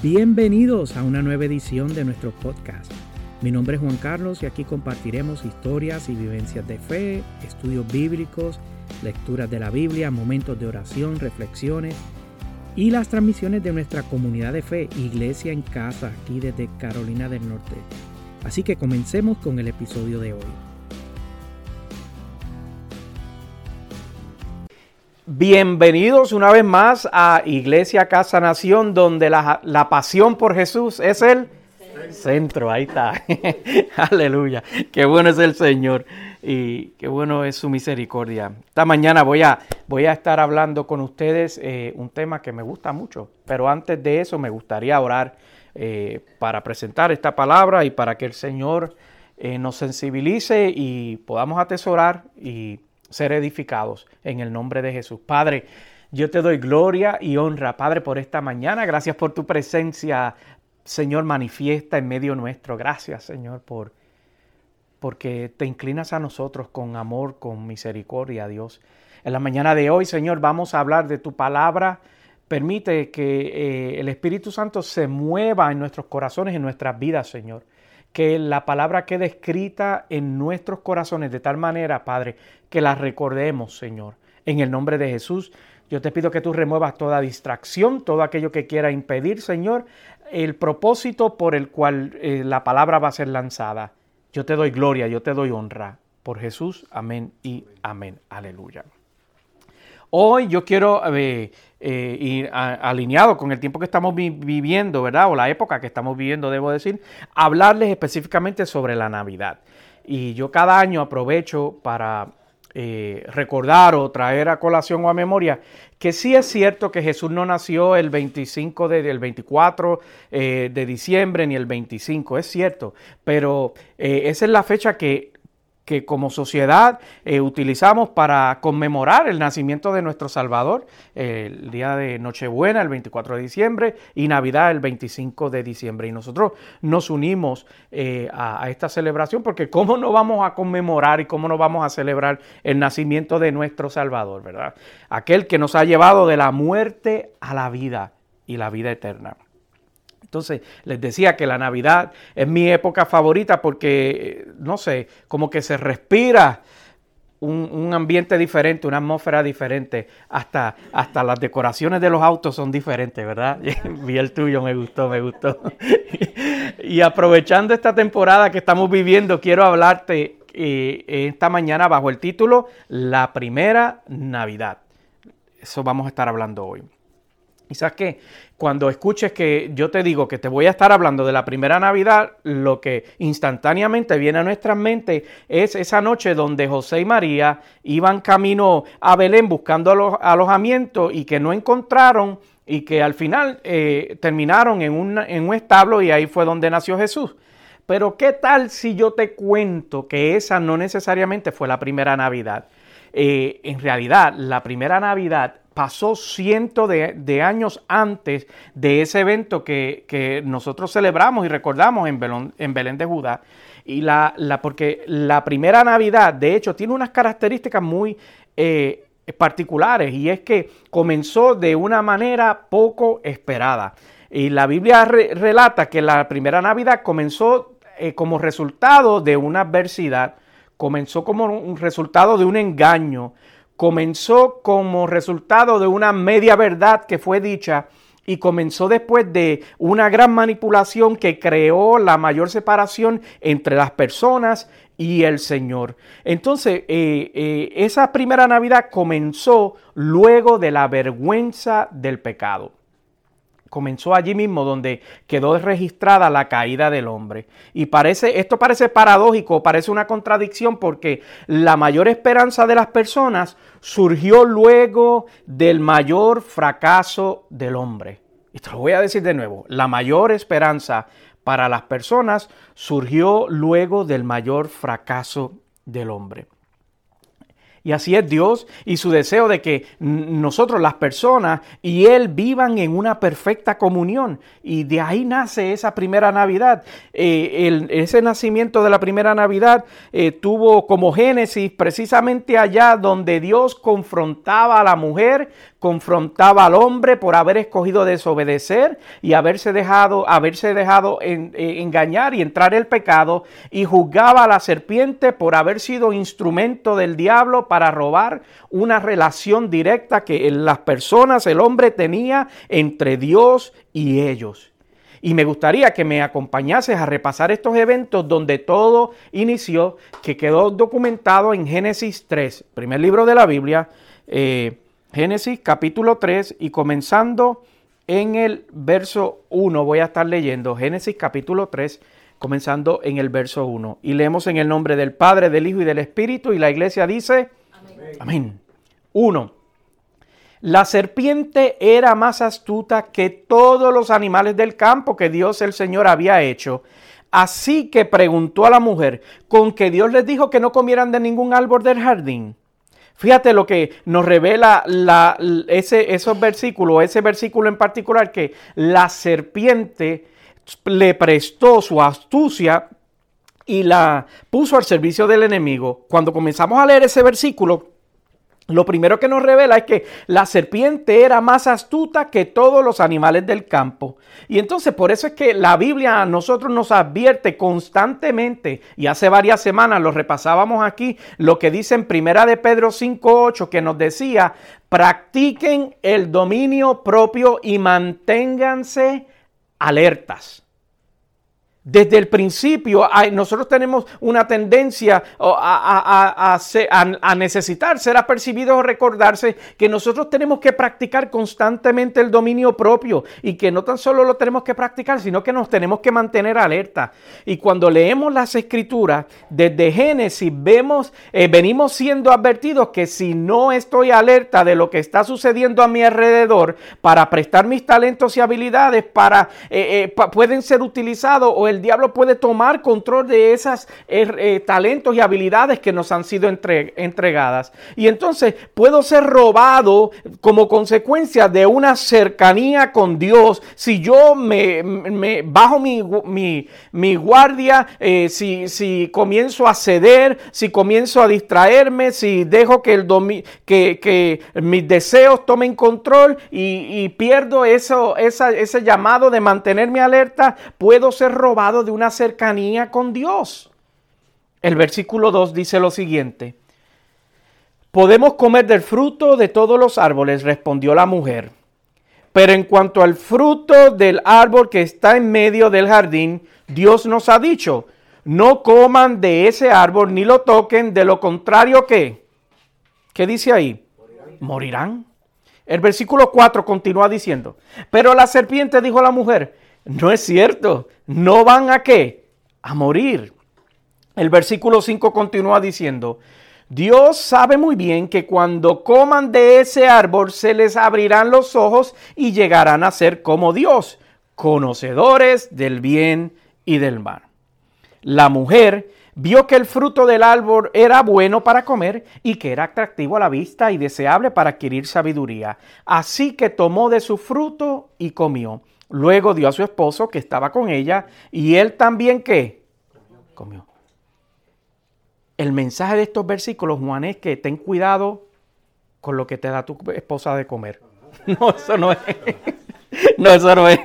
Bienvenidos a una nueva edición de nuestro podcast. Mi nombre es Juan Carlos y aquí compartiremos historias y vivencias de fe, estudios bíblicos, lecturas de la Biblia, momentos de oración, reflexiones y las transmisiones de nuestra comunidad de fe, Iglesia en Casa, aquí desde Carolina del Norte. Así que comencemos con el episodio de hoy. Bienvenidos una vez más a Iglesia Casa Nación, donde la pasión por Jesús es el centro. Ahí está. Aleluya. Qué bueno es el Señor y qué bueno es su misericordia. Esta mañana voy a estar hablando con ustedes un tema que me gusta mucho, pero antes de eso me gustaría orar para presentar esta palabra y para que el Señor nos sensibilice y podamos atesorar y ser edificados en el nombre de Jesús. Padre, yo te doy gloria y honra, Padre, por esta mañana. Gracias por tu presencia, Señor, manifiesta en medio nuestro. Gracias, Señor, porque te inclinas a nosotros con amor, con misericordia, Dios. En la mañana de hoy, Señor, vamos a hablar de tu palabra. Permite que el Espíritu Santo se mueva en nuestros corazones, en nuestras vidas, Señor. Que la palabra quede escrita en nuestros corazones de tal manera, Padre, que la recordemos, Señor. En el nombre de Jesús, yo te pido que tú remuevas toda distracción, todo aquello que quiera impedir, Señor, el propósito por el cual la palabra va a ser lanzada. Yo te doy gloria, yo te doy honra. Por Jesús, amén y amén. Aleluya. Hoy yo quiero ir alineado con el tiempo que estamos viviendo, ¿verdad? O la época que estamos viviendo, debo decir, hablarles específicamente sobre la Navidad. Y yo cada año aprovecho para recordar o traer a colación o a memoria que sí es cierto que Jesús no nació el 24 de diciembre ni el 25, es cierto, pero esa es la fecha que como sociedad utilizamos para conmemorar el nacimiento de nuestro Salvador, el día de Nochebuena, el 24 de diciembre, y Navidad, el 25 de diciembre. Y nosotros nos unimos a esta celebración porque ¿cómo no vamos a conmemorar y cómo no vamos a celebrar el nacimiento de nuestro Salvador, verdad? Aquel que nos ha llevado de la muerte a la vida y la vida eterna. Entonces, les decía que la Navidad es mi época favorita porque, no sé, como que se respira un ambiente diferente, una atmósfera diferente. Hasta las decoraciones de los autos son diferentes, ¿verdad? Vi el tuyo, me gustó. Y aprovechando esta temporada que estamos viviendo, quiero hablarte esta mañana bajo el título La Primera Navidad. Eso vamos a estar hablando hoy. Y sabes que cuando escuches que yo te digo que te voy a estar hablando de la primera Navidad, lo que instantáneamente viene a nuestras mentes es esa noche donde José y María iban camino a Belén buscando alojamiento y que no encontraron y que al final terminaron en un establo y ahí fue donde nació Jesús. Pero ¿qué tal si yo te cuento que esa no necesariamente fue la primera Navidad? En realidad, la primera Navidad pasó cientos de años antes de ese evento que nosotros celebramos y recordamos en Belén de Judá. Y porque la primera Navidad, de hecho, tiene unas características muy particulares y es que comenzó de una manera poco esperada. Y la Biblia relata que la primera Navidad comenzó como resultado de una adversidad, comenzó como un resultado de un engaño, comenzó como resultado de una media verdad que fue dicha y comenzó después de una gran manipulación que creó la mayor separación entre las personas y el Señor. Entonces, esa primera Navidad comenzó luego de la vergüenza del pecado. Comenzó allí mismo donde quedó registrada la caída del hombre. Y esto parece paradójico, parece una contradicción porque la mayor esperanza de las personas surgió luego del mayor fracaso del hombre. Y te lo voy a decir de nuevo, la mayor esperanza para las personas surgió luego del mayor fracaso del hombre. Y así es Dios y su deseo de que nosotros, las personas y Él vivan en una perfecta comunión. Y de ahí nace esa primera Navidad. Ese nacimiento de la primera Navidad tuvo como génesis precisamente allá donde Dios confrontaba a la mujer confrontaba al hombre por haber escogido desobedecer y haberse dejado engañar y entrar el pecado, y juzgaba a la serpiente por haber sido instrumento del diablo para robar una relación directa que las personas, el hombre, tenía entre Dios y ellos. Y me gustaría que me acompañases a repasar estos eventos donde todo inició, que quedó documentado en Génesis 3, primer libro de la Biblia, Génesis capítulo 3, y comenzando en el verso 1, voy a estar leyendo Génesis capítulo 3, comenzando en el verso 1. Y leemos en el nombre del Padre, del Hijo y del Espíritu, y la iglesia dice, amén. 1. La serpiente era más astuta que todos los animales del campo que Dios el Señor había hecho. Así que preguntó a la mujer, ¿con que Dios les dijo que no comieran de ningún árbol del jardín? Fíjate lo que nos revela ese versículo en particular, que la serpiente le prestó su astucia y la puso al servicio del enemigo. Cuando comenzamos a leer ese versículo, lo primero que nos revela es que la serpiente era más astuta que todos los animales del campo. Y entonces por eso es que la Biblia a nosotros nos advierte constantemente, y hace varias semanas lo repasábamos aquí, lo que dice en Primera de Pedro 5:8, que nos decía, practiquen el dominio propio y manténganse alertas. Desde el principio nosotros tenemos una tendencia a necesitar ser apercibidos o recordarse que nosotros tenemos que practicar constantemente el dominio propio, y que no tan solo lo tenemos que practicar, sino que nos tenemos que mantener alerta. Y cuando leemos las Escrituras, desde Génesis venimos siendo advertidos que si no estoy alerta de lo que está sucediendo a mi alrededor para prestar mis talentos y habilidades pueden ser utilizados, o el diablo puede tomar control de esos talentos y habilidades que nos han sido entregadas. Y entonces puedo ser robado como consecuencia de una cercanía con Dios si yo me bajo mi guardia, si comienzo a ceder, si comienzo a distraerme, si dejo que mis deseos tomen control y pierdo ese llamado de mantenerme alerta, puedo ser robado de una cercanía con Dios. El versículo 2 dice lo siguiente: podemos comer del fruto de todos los árboles, respondió la mujer, pero en cuanto al fruto del árbol que está en medio del jardín, Dios nos ha dicho, no coman de ese árbol ni lo toquen, de lo contrario, ¿qué? ¿Qué dice ahí? Morirán. El versículo 4 continúa diciendo, pero la serpiente dijo a la mujer, no es cierto, no van a ¿qué? A morir. El versículo 5 continúa diciendo, Dios sabe muy bien que cuando coman de ese árbol se les abrirán los ojos y llegarán a ser como Dios, conocedores del bien y del mal. La mujer vio que el fruto del árbol era bueno para comer y que era atractivo a la vista y deseable para adquirir sabiduría. Así que tomó de su fruto y comió. Luego dio a su esposo que estaba con ella y él también ¿qué? Comió. El mensaje de estos versículos, Juan, es que ten cuidado con lo que te da tu esposa de comer. No, eso no es. No, eso no es.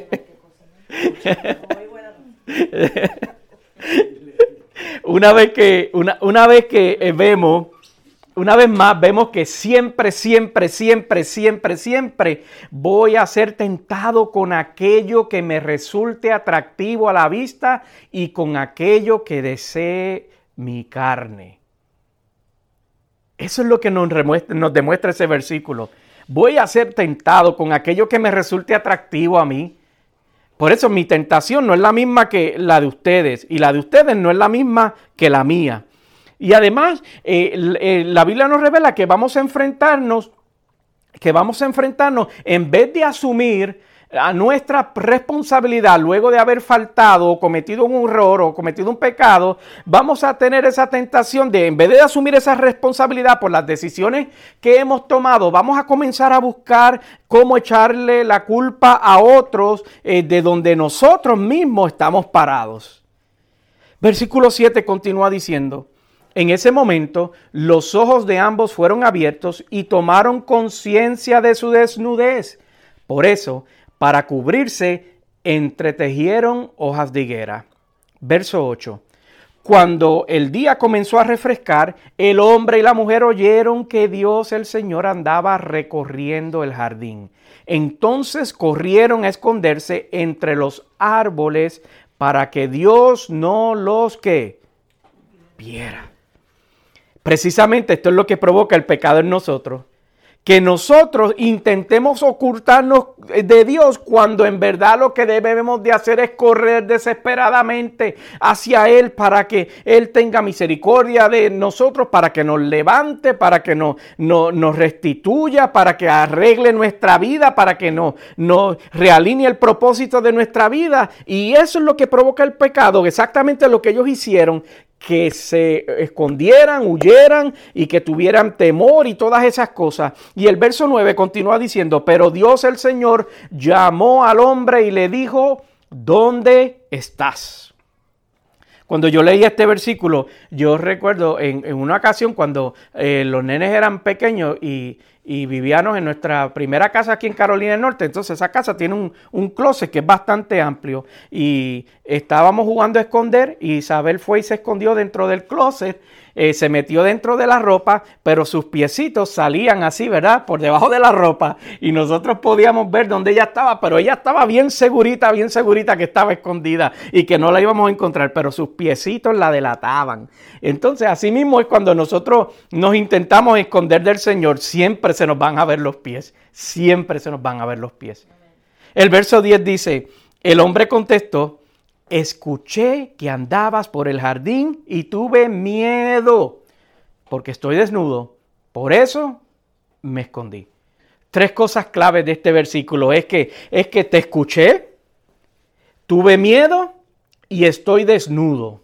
Una vez que vemos, una vez más vemos que siempre voy a ser tentado con aquello que me resulte atractivo a la vista y con aquello que desee mi carne. Eso es lo que nos demuestra ese versículo. Voy a ser tentado con aquello que me resulte atractivo a mí. Por eso mi tentación no es la misma que la de ustedes y la de ustedes no es la misma que la mía. Y además, la Biblia nos revela que vamos a enfrentarnos, en vez de asumir a nuestra responsabilidad luego de haber faltado o cometido un error o cometido un pecado, vamos a tener esa tentación de, en vez de asumir esa responsabilidad por las decisiones que hemos tomado, vamos a comenzar a buscar cómo echarle la culpa a otros de donde nosotros mismos estamos parados. Versículo 7 continúa diciendo, En ese momento, los ojos de ambos fueron abiertos y tomaron conciencia de su desnudez. Por eso, para cubrirse, entretejieron hojas de higuera. Verso 8. Cuando el día comenzó a refrescar, el hombre y la mujer oyeron que Dios el Señor andaba recorriendo el jardín. Entonces corrieron a esconderse entre los árboles para que Dios no los viera. Precisamente esto es lo que provoca el pecado en nosotros. Que nosotros intentemos ocultarnos de Dios cuando en verdad lo que debemos de hacer es correr desesperadamente hacia Él para que Él tenga misericordia de nosotros, para que nos levante, para que nos restituya, para que arregle nuestra vida, para que nos realinee el propósito de nuestra vida. Y eso es lo que provoca el pecado, exactamente lo que ellos hicieron, que se escondieran, huyeran y que tuvieran temor y todas esas cosas. Y el verso 9 continúa diciendo, pero Dios el Señor llamó al hombre y le dijo, ¿dónde estás? Cuando yo leí este versículo, yo recuerdo en una ocasión cuando los nenes eran pequeños y vivíamos en nuestra primera casa aquí en Carolina del Norte. Entonces esa casa tiene un closet que es bastante amplio y estábamos jugando a esconder y Isabel fue y se escondió dentro del closet, se metió dentro de la ropa, pero sus piecitos salían así, ¿verdad? Por debajo de la ropa y nosotros podíamos ver dónde ella estaba, pero ella estaba bien segurita que estaba escondida y que no la íbamos a encontrar, pero sus piecitos la delataban. Entonces así mismo es cuando nosotros nos intentamos esconder del Señor, siempre se nos van a ver los pies, siempre se nos van a ver los pies. El verso 10 dice, el hombre contestó, escuché que andabas por el jardín y tuve miedo, porque estoy desnudo, por eso me escondí. 3 cosas claves de este versículo es que te escuché, tuve miedo y estoy desnudo.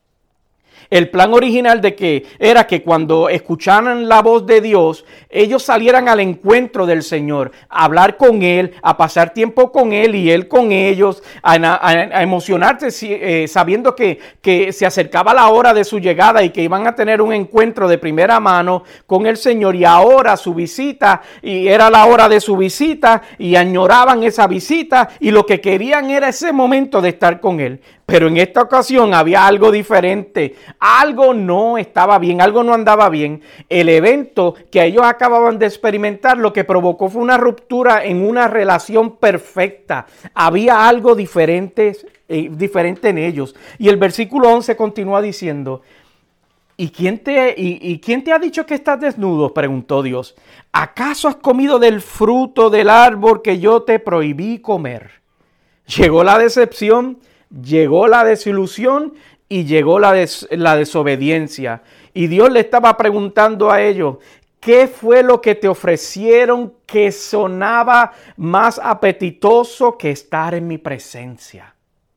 El plan original era que cuando escucharan la voz de Dios, ellos salieran al encuentro del Señor, a hablar con Él, a pasar tiempo con Él y Él con ellos, a emocionarse sabiendo que se acercaba la hora de su llegada y que iban a tener un encuentro de primera mano con el Señor. Y ahora su visita, y era la hora de su visita, y añoraban esa visita y lo que querían era ese momento de estar con Él. Pero en esta ocasión había algo diferente, algo no estaba bien, algo no andaba bien. El evento que ellos acababan de experimentar lo que provocó fue una ruptura en una relación perfecta. Había algo diferente en ellos. Y el versículo 11 continúa diciendo, ¿Y quién te ha dicho que estás desnudo?, preguntó Dios. ¿Acaso has comido del fruto del árbol que yo te prohibí comer? Llegó la decepción, llegó la desilusión y llegó la desobediencia. Y Dios le estaba preguntando a ellos, ¿qué fue lo que te ofrecieron que sonaba más apetitoso que estar en mi presencia?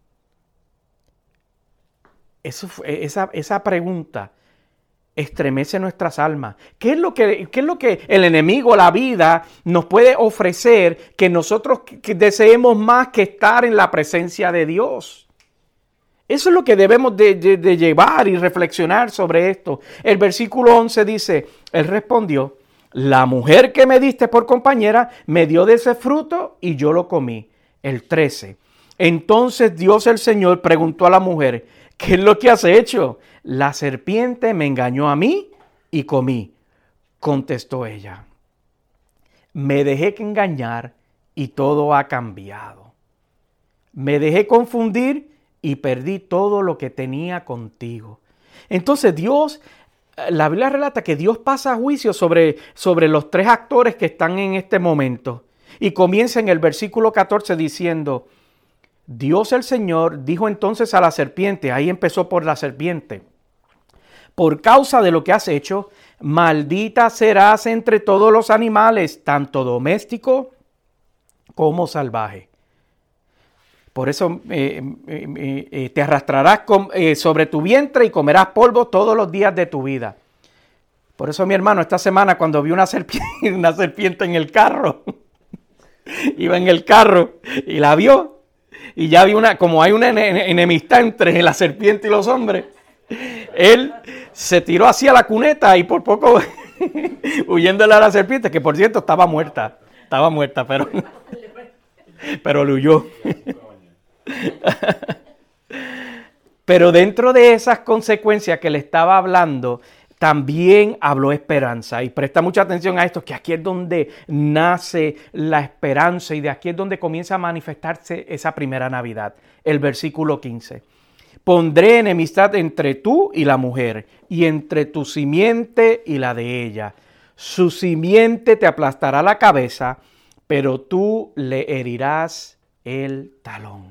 Esa pregunta estremece nuestras almas. ¿Qué es lo que el enemigo, la vida, nos puede ofrecer que nosotros que deseemos más que estar en la presencia de Dios? Eso es lo que debemos de llevar y reflexionar sobre esto. El versículo 11 dice, él respondió, la mujer que me diste por compañera me dio de ese fruto y yo lo comí. El 13, entonces Dios el Señor preguntó a la mujer, ¿qué es lo que has hecho? La serpiente me engañó a mí y comí, contestó ella. Me dejé engañar y todo ha cambiado. Me dejé confundir y perdí todo lo que tenía contigo. Entonces la Biblia relata que Dios pasa juicio sobre los 3 actores que están en este momento. Y comienza en el versículo 14 diciendo, Dios el Señor dijo entonces a la serpiente, ahí empezó por la serpiente, por causa de lo que has hecho, maldita serás entre todos los animales, tanto doméstico como salvaje. Por eso te arrastrarás sobre tu vientre y comerás polvo todos los días de tu vida. Por eso, mi hermano, esta semana cuando vi una serpiente en el carro, iba en el carro y la vio, y ya vi como hay una enemistad entre la serpiente y los hombres, Él se tiró hacia la cuneta y por poco huyéndole a la serpiente, que por cierto estaba muerta, pero le huyó. Pero dentro de esas consecuencias que le estaba hablando, también habló esperanza. Y presta mucha atención a esto, que aquí es donde nace la esperanza y de aquí es donde comienza a manifestarse esa primera Navidad. El versículo 15. Pondré enemistad entre tú y la mujer, y entre tu simiente y la de ella. Su simiente te aplastará la cabeza, pero tú le herirás el talón.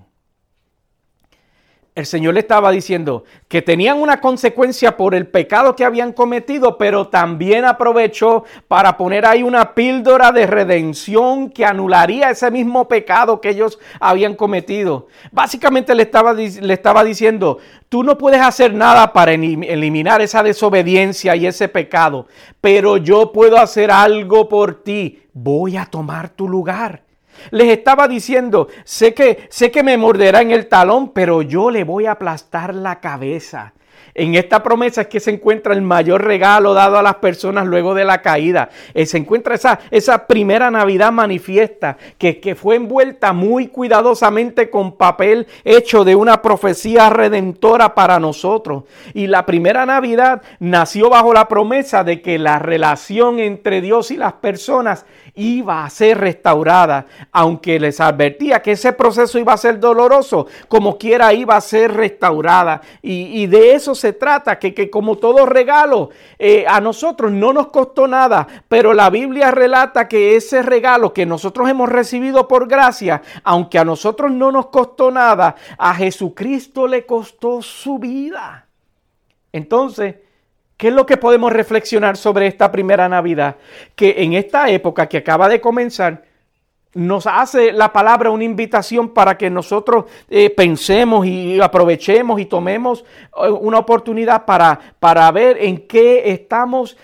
El Señor le estaba diciendo que tenían una consecuencia por el pecado que habían cometido, pero también aprovechó para poner ahí una píldora de redención que anularía ese mismo pecado que ellos habían cometido. Básicamente le estaba diciendo, tú no puedes hacer nada para eliminar esa desobediencia y ese pecado, pero yo puedo hacer algo por ti. Voy a tomar tu lugar. Les estaba diciendo, sé que me morderá en el talón, pero yo le voy a aplastar la cabeza. En esta promesa es que se encuentra el mayor regalo dado a las personas luego de la caída. Se encuentra esa primera Navidad manifiesta que fue envuelta muy cuidadosamente con papel hecho de una profecía redentora para nosotros. Y la primera Navidad nació bajo la promesa de que la relación entre Dios y las personas iba a ser restaurada, aunque les advertía que ese proceso iba a ser doloroso, como quiera iba a ser restaurada. Y de eso se trata, que como todo regalo, a nosotros no nos costó nada, pero la Biblia relata que ese regalo que nosotros hemos recibido por gracia, aunque a nosotros no nos costó nada, a Jesucristo le costó su vida. Entonces, ¿qué es lo que podemos reflexionar sobre esta primera Navidad? Que en esta época que acaba de comenzar, nos hace la palabra una invitación para que nosotros pensemos y aprovechemos y tomemos una oportunidad para ver en qué estamos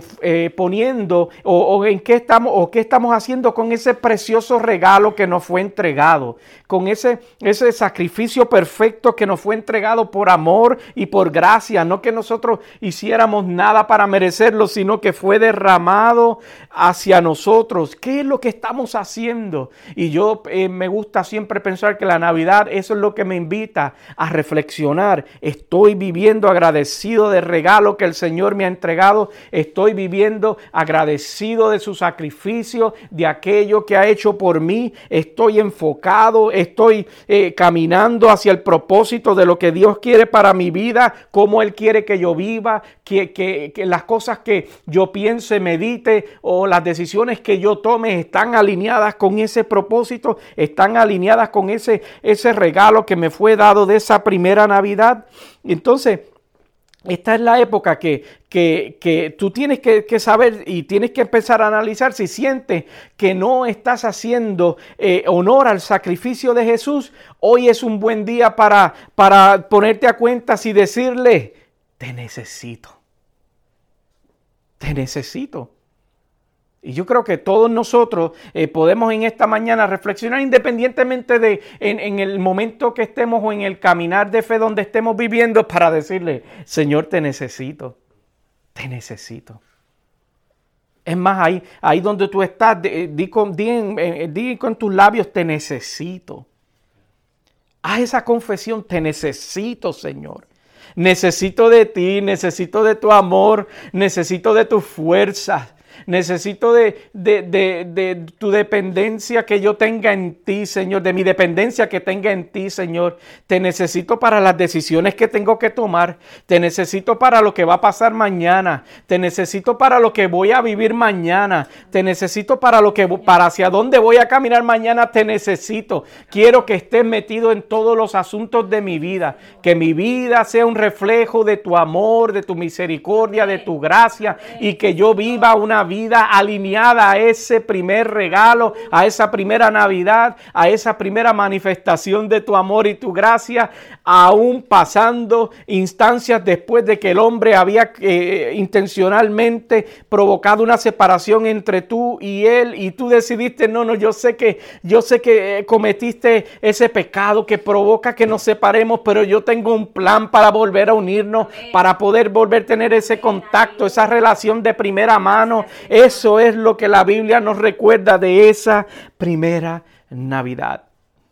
poniendo o en qué estamos haciendo con ese precioso regalo que nos fue entregado, con ese sacrificio perfecto que nos fue entregado por amor y por gracia, no que nosotros hiciéramos nada para merecerlo, sino que fue derramado hacia nosotros. ¿Qué es lo que estamos haciendo? Y yo me gusta siempre pensar que la Navidad, eso es lo que me invita a reflexionar. Estoy viviendo agradecido del regalo que el Señor me ha entregado. Estoy viviendo agradecido de su sacrificio, de aquello que ha hecho por mí. Estoy enfocado, estoy caminando hacia el propósito de lo que Dios quiere para mi vida, cómo Él quiere que yo viva, que las cosas que yo piense, medite o las decisiones que yo tome están alineadas con ese propósito, están alineadas con ese regalo que me fue dado de esa primera Navidad. Entonces, esta es la época que tú tienes que saber y tienes que empezar a analizar si sientes que no estás haciendo honor al sacrificio de Jesús. Hoy es un buen día para ponerte a cuentas y decirle, te necesito. Te necesito. Y yo creo que todos nosotros podemos en esta mañana reflexionar independientemente de en el momento que estemos o en el caminar de fe donde estemos viviendo para decirle, Señor, te necesito, te necesito. Es más, ahí donde tú estás, di con tus labios, te necesito. Haz esa confesión, te necesito, Señor. Necesito de ti, necesito de tu amor, necesito de tus fuerzas. Necesito de tu dependencia que yo tenga en ti, Señor, de mi dependencia que tenga en ti, Señor. Te necesito para las decisiones que tengo que tomar. Te necesito para lo que va a pasar mañana. Te necesito para lo que voy a vivir mañana. Te necesito para hacia dónde voy a caminar mañana. Te necesito. Quiero que estés metido en todos los asuntos de mi vida. Que mi vida sea un reflejo de tu amor, de tu misericordia, de tu gracia y que yo viva una una vida alineada a ese primer regalo, a esa primera Navidad, a esa primera manifestación de tu amor y tu gracia, aún pasando instancias después de que el hombre había intencionalmente provocado una separación entre tú y él, y tú decidiste, no, yo sé que cometiste ese pecado que provoca que nos separemos, pero yo tengo un plan para volver a unirnos, para poder volver a tener ese contacto, esa relación de primera mano. Eso es lo que la Biblia nos recuerda de esa primera Navidad.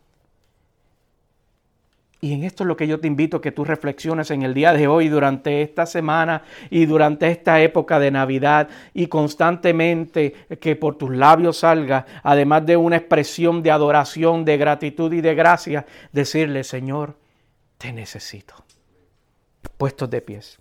Y en esto es lo que yo te invito a que tú reflexiones en el día de hoy, durante esta semana y durante esta época de Navidad, y constantemente que por tus labios salga, además de una expresión de adoración, de gratitud y de gracia, decirle: Señor, te necesito. Puestos de pies.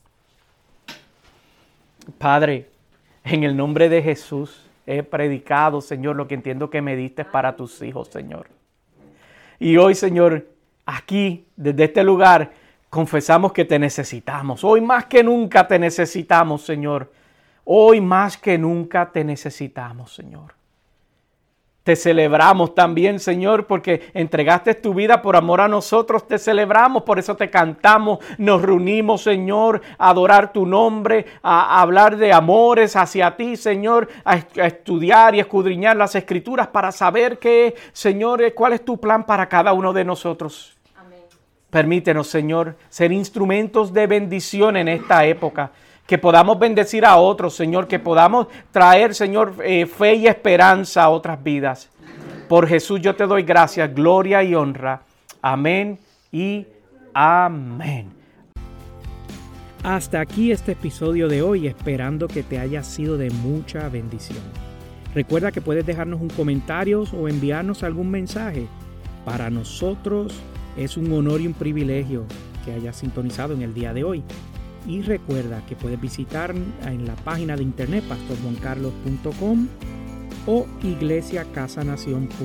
Padre, en el nombre de Jesús he predicado, Señor, lo que entiendo que me diste para tus hijos, Señor. Y hoy, Señor, aquí, desde este lugar, confesamos que te necesitamos. Hoy más que nunca te necesitamos, Señor. Hoy más que nunca te necesitamos, Señor. Te celebramos también, Señor, porque entregaste tu vida por amor a nosotros. Te celebramos, por eso te cantamos. Nos reunimos, Señor, a adorar tu nombre, a hablar de amores hacia ti, Señor, a estudiar y escudriñar las Escrituras para saber Señor, cuál es tu plan para cada uno de nosotros. Amén. Permítenos, Señor, ser instrumentos de bendición en esta época. Que podamos bendecir a otros, Señor, que podamos traer, Señor, fe y esperanza a otras vidas. Por Jesús yo te doy gracias, gloria y honra. Amén y amén. Hasta aquí este episodio de hoy, esperando que te haya sido de mucha bendición. Recuerda que puedes dejarnos un comentario o enviarnos algún mensaje. Para nosotros es un honor y un privilegio que hayas sintonizado en el día de hoy. Y recuerda que puedes visitar en la página de internet pastorjuancarlos.com o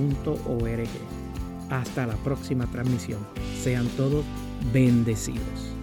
iglesiacasanacion.org. Hasta la próxima transmisión. Sean todos bendecidos.